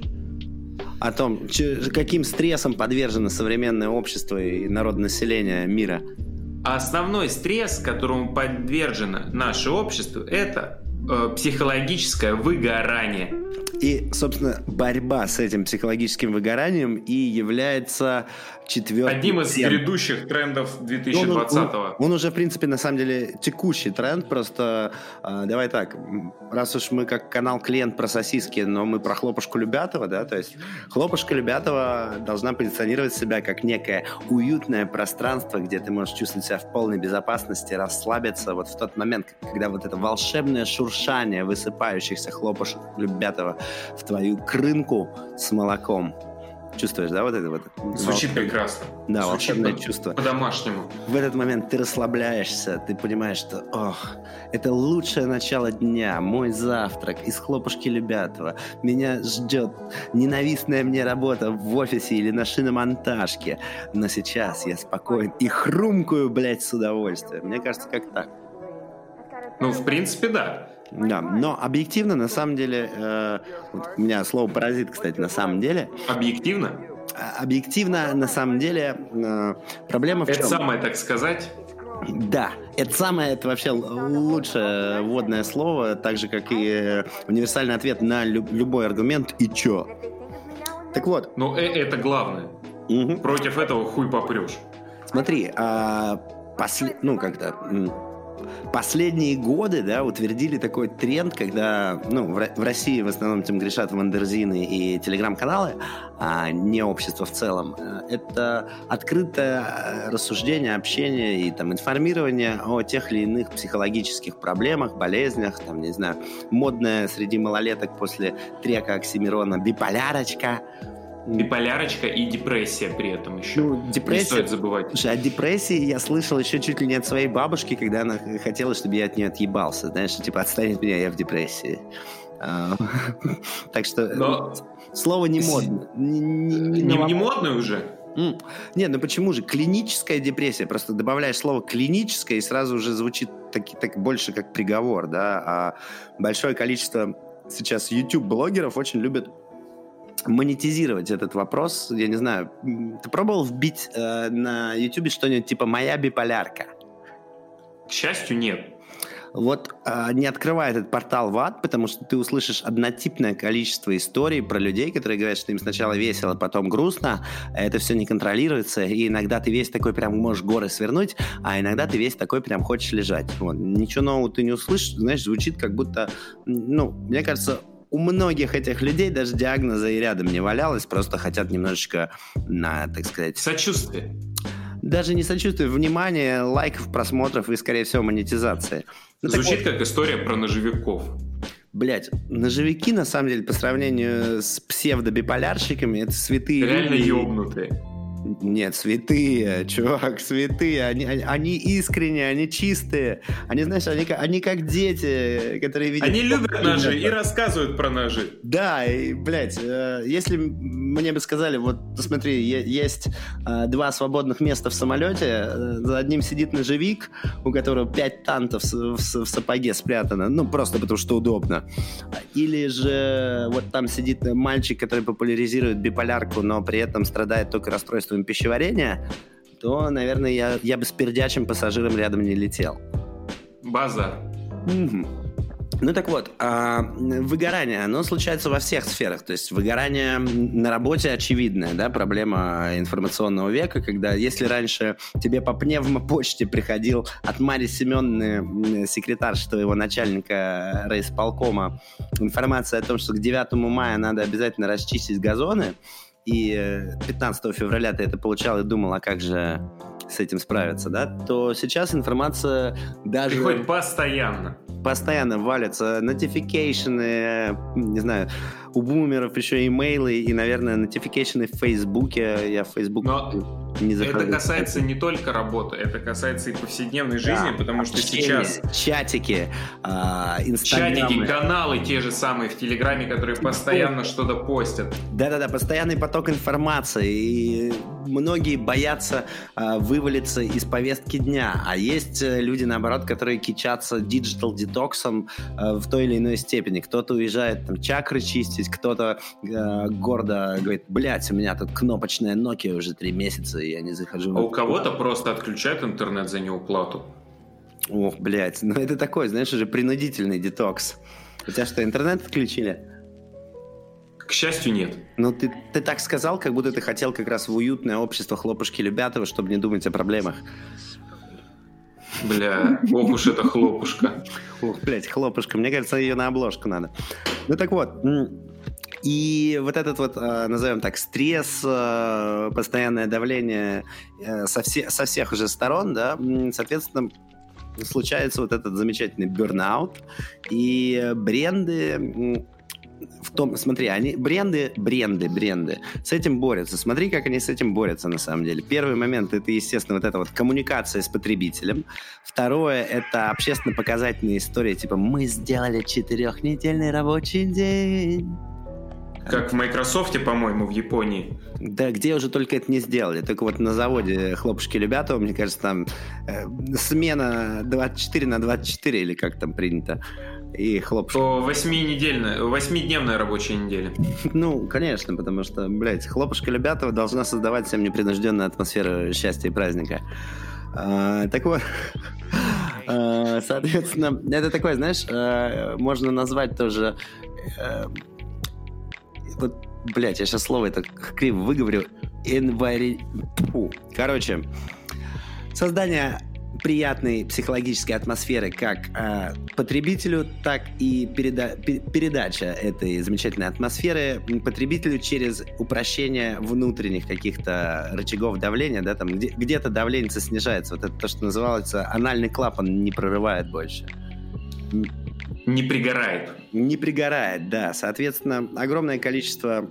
о том, каким стрессом подвержено современное общество и народонаселение мира. А основной стресс, которому подвержено наше общество, это психологическое выгорание. И, собственно, борьба с этим психологическим выгоранием и является четвертым. Одним из грядущих трендов 2020-го. Он уже, в принципе, на самом деле текущий тренд. Просто давай так, раз уж мы как канал «Клиент» про сосиски, но мы про Хлопушку Любятова, да, то есть Хлопушка Любятова должна позиционировать себя как некое уютное пространство, где ты можешь чувствовать себя в полной безопасности, расслабиться вот в тот момент, когда вот это волшебное шуршание высыпающихся хлопушек Любятова в твою крынку с молоком. Чувствуешь, да, вот это вот? Звучит прекрасно. Да, звучит волшебное чувство. По-домашнему. В этот момент ты расслабляешься, ты понимаешь, что это лучшее начало дня, мой завтрак из Хлопушки Любятова. Меня ждет ненавистная мне работа в офисе или на шиномонтажке. Но сейчас я спокоен и хрумкаю, блядь, с удовольствием. Мне кажется, как так. Ну, в принципе, да. Да, но объективно, на самом деле, вот у меня слово «паразит», кстати, на самом деле. Объективно? Объективно, на самом деле, проблема в чем? Это самое, так сказать? Да, это вообще лучшее вводное слово, так же, как и универсальный ответ на любой аргумент «и чё?». Так вот. Ну, это главное. Угу. Против этого хуй попрешь. Смотри, последние годы, да, утвердили такой тренд, когда, в России в основном этим грешат вандерзины и телеграм-каналы, а не общество в целом. Это открытое рассуждение, общение и там информирование о тех или иных психологических проблемах, болезнях, там, не знаю, модная среди малолеток после трека Оксимирона биполярочка. Биполярочка и депрессия при этом еще. Депрессия... Не стоит забывать. Слушай, о депрессии я слышал еще чуть ли не от своей бабушки, когда она хотела, чтобы я от нее отъебался. Знаешь, типа, отстань от меня, я в депрессии. Так что слово не модно. Не модно уже? Нет, ну почему же? Клиническая депрессия. Просто добавляешь слово «клиническая» и сразу уже звучит так больше как приговор, да? А большое количество сейчас YouTube-блогеров очень любят монетизировать этот вопрос. Я не знаю, ты пробовал вбить на YouTube что-нибудь типа «Моя биполярка»? К счастью, нет. Вот не открывай этот портал в ад, потому что ты услышишь однотипное количество историй про людей, которые говорят, что им сначала весело, потом грустно, это все не контролируется, и иногда ты весь такой прям можешь горы свернуть, а иногда ты весь такой прям хочешь лежать. Вот. Ничего нового ты не услышишь, знаешь, звучит как будто, мне кажется, у многих этих людей даже диагноза и рядом не валялось, просто хотят немножечко, так сказать... Сочувствие. Даже не сочувствие, внимание, лайков, просмотров и, скорее всего, монетизации. Звучит как история про ножевиков. Блять, ножевики, на самом деле, по сравнению с псевдобиполярщиками, это святые реально люди. ёбнутые. Нет, святые, чувак, святые. Они искренние, они чистые. Они, знаешь, они как дети, которые видят... Они любят ножи и рассказывают про ножи. Да, и, блядь, если мне бы сказали, вот, смотри, есть 2 свободных места в самолете, за одним сидит ножевик, у которого 5 тантов в сапоге спрятано, просто потому что удобно. Или же вот там сидит мальчик, который популяризирует биполярку, но при этом страдает только расстройством пищеварения, то, наверное, я бы с пердячим пассажиром рядом не летел. Базар. Угу. Ну так вот, выгорание, оно случается во всех сферах. То есть выгорание на работе очевидная, да, проблема информационного века, когда если раньше тебе по пневмопочте приходил от Марьи Семеновны, секретарша твоего начальника райисполкома, информация о том, что к 9 мая надо обязательно расчистить газоны, и 15 февраля ты это получал и думал, а как же с этим справиться, да, то сейчас информация даже... Приходит постоянно. Постоянно валятся notification, не знаю, у бумеров еще имейлы и, наверное, нотификейшены в Фейсбуке. Я в Фейсбук не захожу. Это касается не только работы, это касается и повседневной жизни, потому что сейчас... Чатики, инстаграмы. Чатики, каналы те же самые в Телеграме, которые постоянно что-то постят. Да-да-да, постоянный поток информации. И многие боятся вывалиться из повестки дня. А есть люди, наоборот, которые кичатся диджитал-детоксом в той или иной степени. Кто-то уезжает там чакры чистить, кто-то гордо говорит: блять, у меня тут кнопочная Nokia уже 3 месяца, и я не захожу. А у кого-то просто отключают интернет за неуплату. Ох, блять, ну это такой, знаешь, уже принудительный детокс. У тебя что, интернет отключили? К счастью, нет. Ну, ты так сказал, как будто ты хотел как раз в уютное общество Хлопушки Любятова, чтобы не думать о проблемах. Бля, ох уж это Хлопушка. Ух, блядь, Хлопушка. Мне кажется, ее на обложку надо. Ну, так вот. И вот этот вот, назовем так, стресс, постоянное давление со всех уже сторон, да, соответственно, случается вот этот замечательный бернаут. И бренды... смотри, бренды с этим борются. Смотри, как они с этим борются на самом деле. Первый момент — это, естественно, вот эта вот коммуникация с потребителем. Второе — это общественно-показательные истории, типа «Мы сделали 4-недельный рабочий день». Как в Microsoft, по-моему, в Японии. Да, где уже только это не сделали. Только вот на заводе Хлопушки Любятова, мне кажется, там смена 24 на 24, или как там принято. И Хлопушки. 8-дневная рабочая неделя. Ну, конечно, потому что, блядь, Хлопушка Любятова должна создавать всем непринужденную атмосферу счастья и праздника. Так вот, соответственно, это такое, знаешь, можно назвать тоже... Вот, блядь, я сейчас слово это криво выговорю. Короче, создание приятной психологической атмосферы как потребителю, так и передача этой замечательной атмосферы потребителю через упрощение внутренних каких-то рычагов давления, да, там где-то давление снижается. Вот это то, что называется анальный клапан не прорывает больше. Не пригорает. Не пригорает, да. Соответственно, огромное количество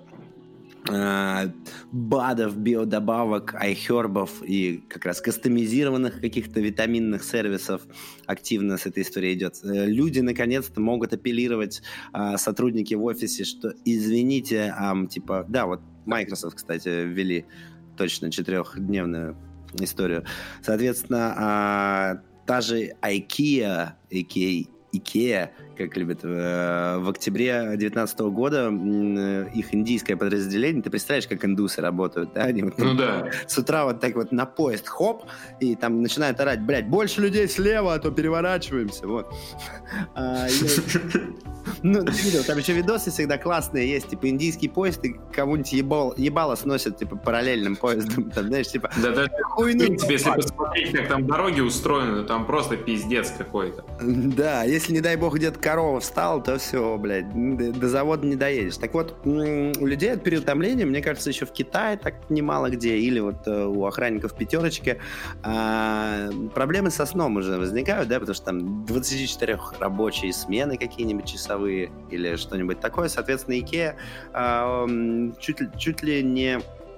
БАДов, биодобавок, айхербов и как раз кастомизированных каких-то витаминных сервисов активно с этой историей идет. Люди наконец-то могут апеллировать, сотрудники в офисе, что извините, типа, да, вот Microsoft, кстати, ввели точно 4-дневную историю. Соответственно, та же IKEA, как любят, в октябре 2019 года их индийское подразделение, ты представляешь, как индусы работают, да? Они вот да. С утра вот так вот на поезд, хоп, и там начинают орать: блядь, больше людей слева, а то переворачиваемся, вот. Ну, ты видел, там еще видосы всегда классные есть, типа индийский поезд, и кого-нибудь ебало сносят, типа, параллельным поездом, там, знаешь, типа... Да, в принципе, если посмотреть, как там дороги устроены, там просто пиздец какой-то. Да, если, не дай бог, где-то корова встала, то все, блядь, до завода не доедешь. Так вот, у людей от переутомления, мне кажется, еще в Китае так немало где, или вот у охранников пятерочки, проблемы со сном уже возникают, да, потому что там 24 рабочие смены какие-нибудь часовые или что-нибудь такое. Соответственно, IKEA чуть ли не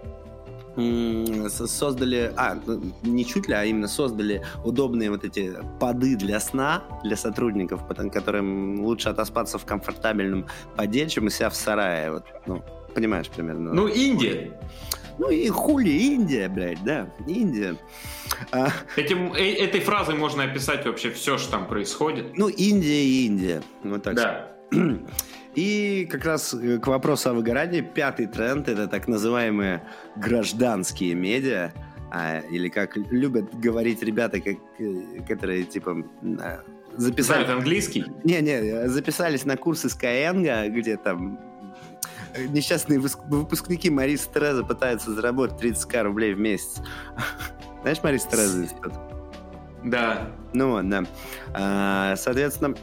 создали, не чуть ли, а именно создали удобные вот эти поды для сна для сотрудников, которым лучше отоспаться в комфортабельном поде, чем у себя в сарае. Вот, ну, понимаешь примерно. Ну, Индия. Ну и хули, Индия, блядь, да, Индия. Этой фразой можно описать вообще все, что там происходит. Ну, Индия и Индия. Вот так. Да. И как раз к вопросу о выгорании, 5-й тренд — это так называемые гражданские медиа, или как любят говорить ребята, которые типа записали... Знают английский? Не, записались на курсы Skyeng, где там несчастные выпускники Мариса Тереза пытаются заработать 30 рублей в месяц. Знаешь Мариса Тереза? Да. Ну вот, да. Соответственно,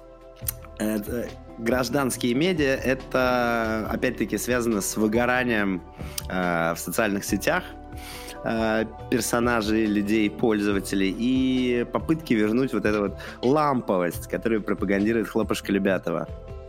гражданские медиа — это, опять-таки, связано с выгоранием в социальных сетях персонажей, людей, пользователей и попытки вернуть вот эту вот ламповость, которую пропагандирует Хлопушка Любятова.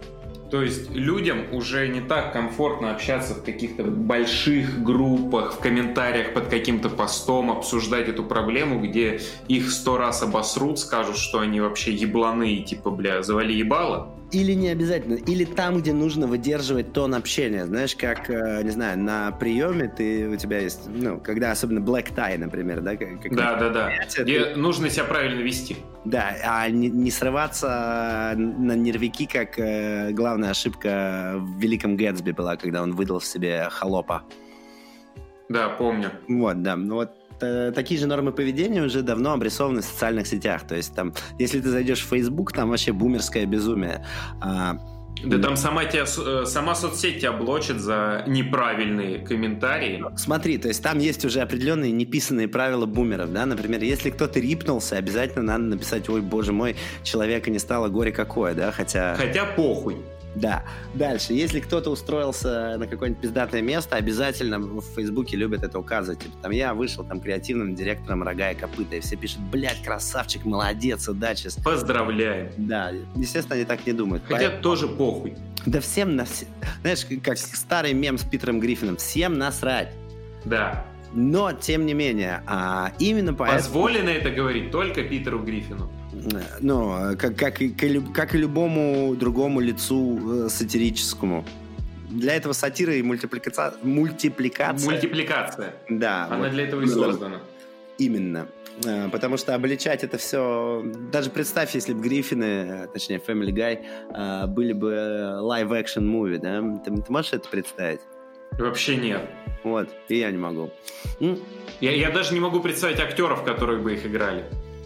То есть людям уже не так комфортно общаться в каких-то больших группах, в комментариях под каким-то постом, обсуждать эту проблему, где их 100 раз обосрут, скажут, что они вообще ебланы, типа, бля, завали ебало. Или не обязательно, или там, где нужно выдерживать тон общения. Знаешь, как, не знаю, на приеме у тебя есть, ну, когда особенно black tie, например, да? Да. Где нужно себя правильно вести. Да, а не срываться на нервяки, как главная ошибка в «Великом Гэтсби» была, когда он выдал в себе холопа. Да, помню. Вот, да, ну вот. Такие же нормы поведения уже давно обрисованы в социальных сетях. То есть там, если ты зайдешь в Facebook, там вообще бумерское безумие. Да там сама соцсеть тебя блочит за неправильные комментарии. Смотри, то есть там есть уже определенные неписанные правила бумеров, да, например, если кто-то рипнулся, обязательно надо написать: ой, боже мой, человека не стало, горе какое, да, хотя похуй. Да. Дальше. Если кто-то устроился на какое-нибудь пиздатое место, обязательно в Фейсбуке любят это указывать. Типа, там я вышел там креативным директором «Рога и копыта», и все пишут: блядь, красавчик, молодец, удачи. Поздравляем. Да, естественно, они так не думают. Хотя тоже похуй. Да всем знаешь, как старый мем с Питером Гриффином, всем насрать. Да. Но, тем не менее, именно поэтому... Позволено это говорить только Питеру Гриффину. Ну, как и любому другому лицу сатирическому. Для этого сатира и мультипликация. Мультипликация. Да. Она вот, для этого и создана. Именно. Потому что обличать это все... Даже представь, если бы Гриффины, точнее Family Guy, были бы live-action movie, да? Ты можешь это представить? Вообще нет. Вот, и я не могу. Я даже не могу представить актеров, которые бы их играли.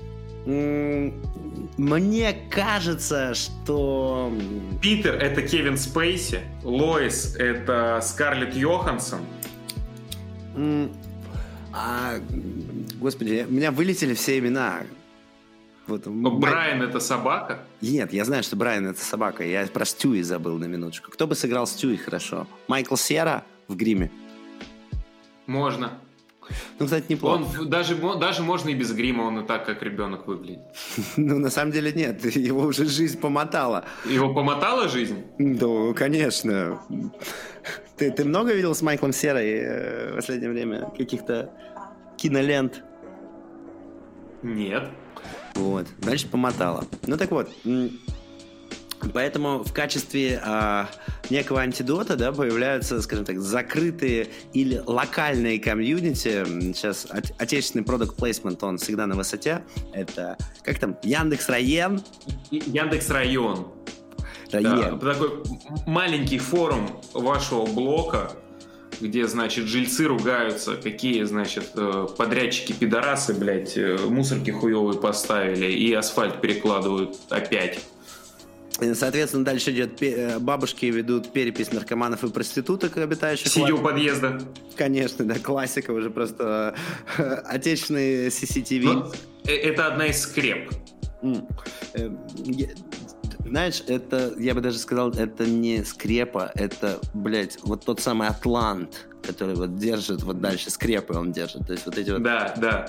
Мне кажется, что... Питер — это Кевин Спейси, Лоис — это Скарлетт Йоханссон. Господи, у меня вылетели все имена. Вот. Брайан — это собака? Нет, я знаю, что Брайан — это собака. Я про Стюи забыл на минуточку. Кто бы сыграл Стюи хорошо? Майкл Сера в «Гриме»? Можно. Ну, кстати, неплохо. Он даже можно и без грима, он и так, как ребенок, выглядит. Ну, на самом деле нет, его уже жизнь помотала. Его помотала жизнь? Да, конечно. Ты много видел с Майклом Серой в последнее время каких-то кинолент? Нет. Вот, значит, помотала. Ну, так вот, поэтому в качестве некого антидота, да, появляются, скажем так, закрытые или локальные комьюнити. Сейчас отечественный product placement, он всегда на высоте. Это, как там, Яндекс.Район? Яндекс.Район. Да, такой маленький форум вашего блока, где, значит, жильцы ругаются, какие, значит, подрядчики-пидорасы, блядь, мусорки хуёвые поставили и асфальт перекладывают опять. Соответственно, дальше идет, бабушки ведут перепись наркоманов и проституток, обитающих... Сидя у подъезда. Конечно, да, классика уже просто. Отечественные CCTV. Но это одна из скреп. Знаешь, это, я бы даже сказал, это не скрепа, это, блядь, вот тот самый Атлант, который вот держит, вот дальше скрепы он держит. То есть вот эти вот... Да.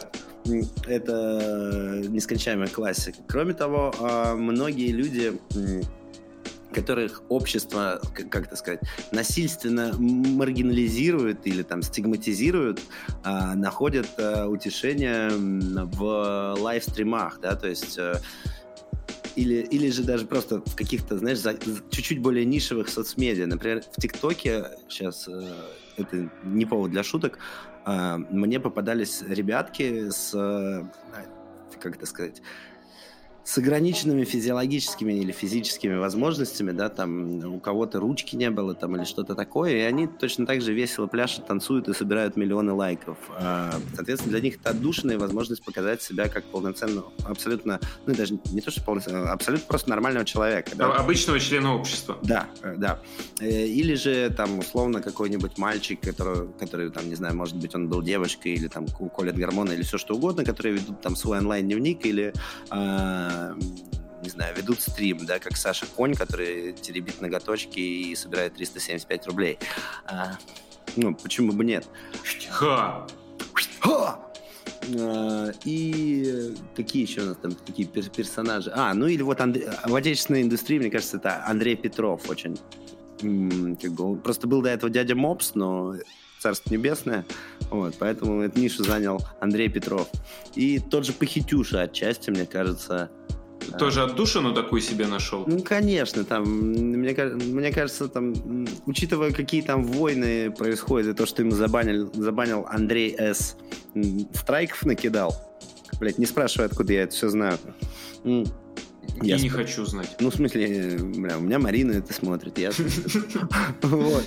Это нескончаемая классика. Кроме того, многие люди, которых общество, как это сказать, насильственно маргинализирует или там стигматизирует, находят утешение в лайвстримах, да, то есть... Или же даже просто в каких-то, знаешь, чуть-чуть более нишевых соцмедиа. Например, в ТикТоке сейчас, это не повод для шуток, мне попадались ребятки с, как это сказать, с ограниченными физиологическими или физическими возможностями, да, там у кого-то ручки не было там или что-то такое, и они точно так же весело пляшут, танцуют и собирают миллионы лайков. Соответственно, для них это отдушина и возможность показать себя как полноценного, абсолютно, ну даже не то, что полноценного, абсолютно просто нормального человека. Да? Обычного члена общества. Да. Или же там условно какой-нибудь мальчик, который там, не знаю, может быть, он был девочкой или там колят гормоны или все что угодно, которые ведут там свой онлайн-дневник или не знаю, ведут стрим, да, как Саша Конь, который теребит ноготочки и собирает 375 рублей. Ну, почему бы нет? И какие еще у нас там такие персонажи? Ну или вот в отечественной индустрии, мне кажется, это Андрей Петров очень. Как бы, он просто был до этого дядя Мопс, но царство небесное. Вот, поэтому эту нишу занял Андрей Петров. И тот же Похитюша отчасти, мне кажется. Тоже отдушину такую себе нашел? Ну, конечно, там, мне кажется, там, учитывая, какие там войны происходят, и то, что ему забанил Андрей С. Страйков накидал. Блять, не спрашивай, откуда я это все знаю. Я не хочу знать. Ну, в смысле, у меня Марина это смотрит, ясно. Вот.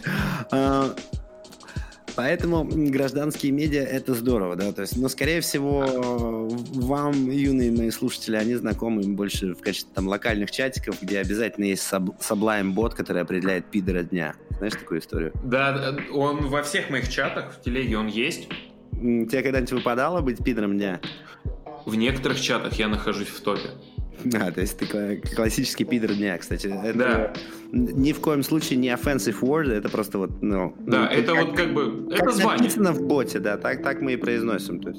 Поэтому гражданские медиа — это здорово, да, то есть, но, скорее всего, вам, юные мои слушатели, они знакомы больше в качестве там локальных чатиков, где обязательно есть Sublime-бот, который определяет пидора дня. Знаешь такую историю? Да, он во всех моих чатах, в телеге он есть. Тебе когда-нибудь выпадало быть пидором дня? В некоторых чатах я нахожусь в топе. То есть ты классический пидор дня, кстати. Это да. Ни в коем случае не offensive word, это просто вот, Да, это вот как бы, это звание. Написано в боте, да, так мы и произносим, то есть.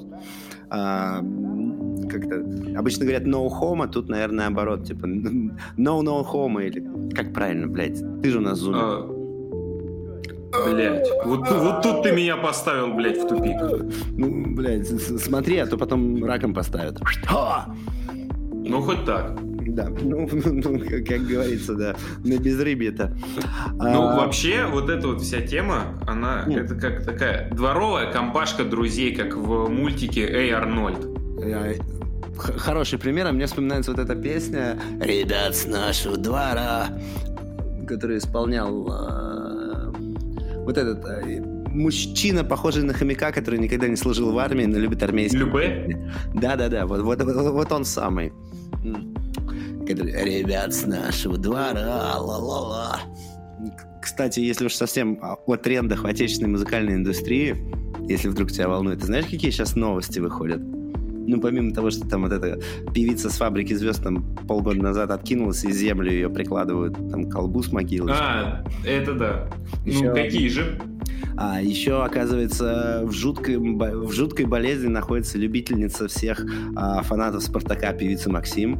Как-то обычно говорят no homo, тут, наверное, наоборот, типа no homo, или как правильно, блядь, ты же у нас зумер. Блять, вот тут ты меня поставил, блядь, в тупик. Ну, блядь, смотри, а то потом раком поставят. Ну, хоть так. Да, как говорится, да, на безрыбье-то. Вообще, вот эта вот вся тема, она, это как такая дворовая компашка друзей, как в мультике «Эй, Арнольд». Хороший пример, мне вспоминается вот эта песня «Ребят с нашего двора», которую исполнял вот этот мужчина, похожий на хомяка, который никогда не служил в армии, но любит армейские. Любэ? Да, вот он самый. Ребят с нашего двора, ла-ла-ла. Кстати, если уж совсем о трендах в отечественной музыкальной индустрии, если вдруг тебя волнует, ты знаешь, какие сейчас новости выходят? Ну, помимо того, что там вот эта певица с «Фабрики звезд» там полгода назад откинулась, и землю ее прикладывают, там, к колбу с могилы. Это да. Еще... Ну, какие же? Еще, оказывается, в жуткой болезни находится любительница всех фанатов «Спартака», певица Максим.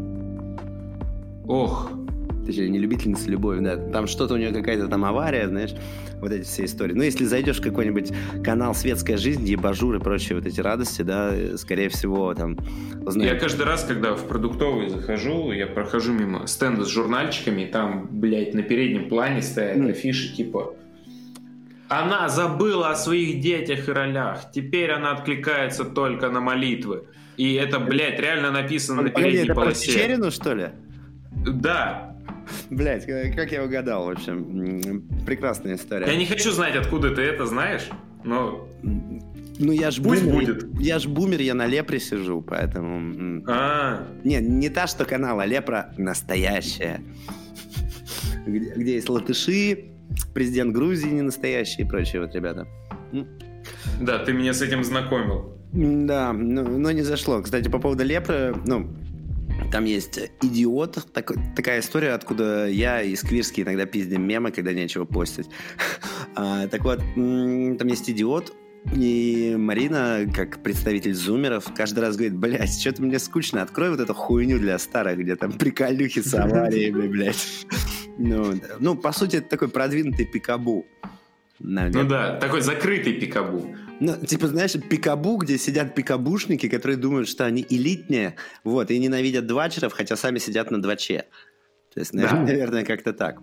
Ох. Точнее, не любительница, любовь, да. Там что-то у нее какая-то там авария, знаешь, вот эти все истории. Ну, если зайдешь в какой-нибудь канал «Светская жизнь», ебажур и прочие вот эти радости, да, скорее всего, там... Узнаешь... Я каждый раз, когда в продуктовый захожу, я прохожу мимо стенда с журнальчиками, и там, блядь, на переднем плане стоят афиши, типа... Она забыла о своих детях и ролях. Теперь она откликается только на молитвы. И это, блядь, реально написано на передней полосе. Это Чечерину, что ли? Да. Блядь, как я угадал, в общем. Прекрасная история. Я не хочу знать, откуда ты это знаешь, но... Ну, я ж пусть бумер, будет. Я ж бумер, я на Лепре сижу, поэтому... Не та, что канал, а Лепра настоящая. Где есть латыши, президент Грузии не настоящий и прочие вот ребята. Да, ты меня с этим знакомил. Да, но не зашло. Кстати, по поводу Лепры, там есть идиот, такая история, откуда я и Сквирский иногда пиздим мемы, когда нечего постить. Так вот, там есть идиот, и Марина, как представитель зумеров, каждый раз говорит: блядь, что-то мне скучно, открой вот эту хуйню для старых, где там приколюхи с авариями, блядь. Ну, по сути, это такой продвинутый пикабу. Наверное. Ну да, такой закрытый пикабу. Ну, типа, знаешь, пикабу, где сидят пикабушники, которые думают, что они элитнее, вот, и ненавидят двачеров, хотя сами сидят на дваче. То есть, наверное, как-то так.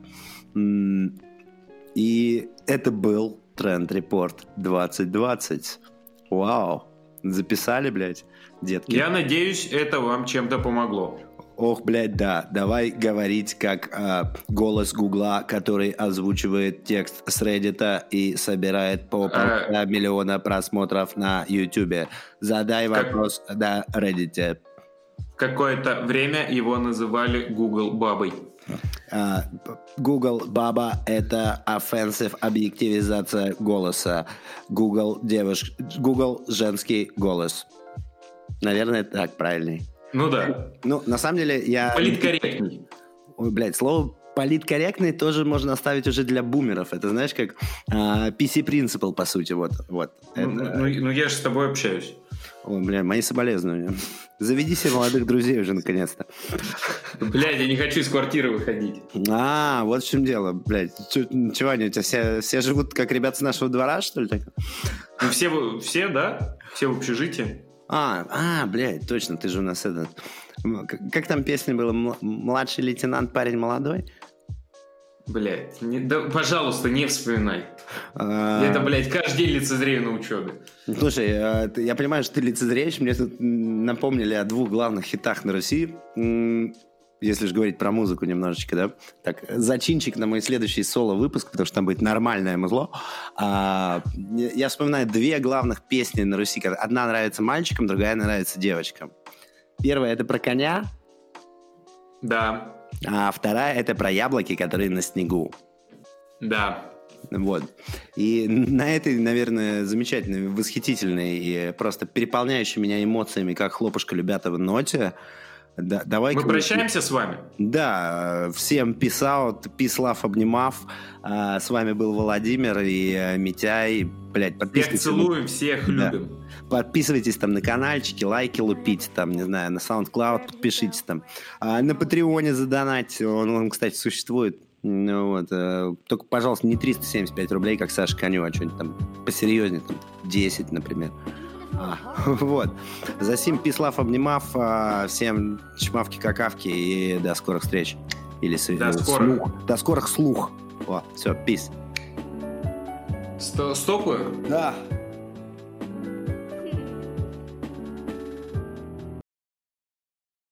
И это был Тренд-репорт 2020. Вау. Записали, блядь, детки? Я надеюсь, это вам чем-то помогло. Ох, блядь, да. Давай говорить как голос Гугла, который озвучивает текст с Reddit и собирает по 1,5 миллиона просмотров на YouTube. Задай вопрос на Reddit. Какое-то время его называли Google бабой. Google баба — это offensive объективизация голоса. Google женский голос. Наверное, так правильней. Ну да. Ну, на самом деле, я... Политкорректный. Ой, блядь, слово политкорректный тоже можно оставить уже для бумеров. Это, знаешь, как PC Principle, по сути. Вот. Ну, я же с тобой общаюсь. Ой, бля, мои соболезнования. Заведи себе молодых друзей уже, наконец-то. Блядь, я не хочу из квартиры выходить. Вот в чем дело, блядь. Чего они у тебя все живут как ребята с нашего двора, что ли? Так? Ну, все, да? Все в общежитии. Блядь, точно, ты же у нас этот... Как там песня была? Младший лейтенант, парень молодой? Блядь, да, пожалуйста, не вспоминай. Это, блядь, каждый день лицезрею на учебе. Слушай, я понимаю, что ты лицезреешь. Мне тут напомнили о 2 главных хитах на Руси. Если же говорить про музыку немножечко, да? Так, зачинчик на мой следующий соло-выпуск, потому что там будет нормальное музло. Я вспоминаю 2 главных песни на Руси. Одна нравится мальчикам, другая нравится девочкам. Первая — это про коня. Да. А вторая — это про яблоки, которые на снегу. Да. Вот. И на этой, наверное, замечательной, восхитительной и просто переполняющей меня эмоциями, как хлопушка Любятова, ноте, давай... Мы прощаемся с вами? Да. Всем peace out, peace love, обнимав. С вами был Владимир и Митяй. Блядь, подписывайтесь. Всех целуем, всех любим. Подписывайтесь там на каналчики, лайки лупите, там, не знаю, на SoundCloud подпишитесь там. На Патреоне задонатьте, он, кстати, существует. Только, пожалуйста, не 375 рублей, как Саша Коню, а что-нибудь там посерьезнее, там 10, например. Вот. За сим peace love, обнимав. Всем чмавки-какавки и до скорых встреч. Или до скорых слух. Все, peace. Стопаю? Да.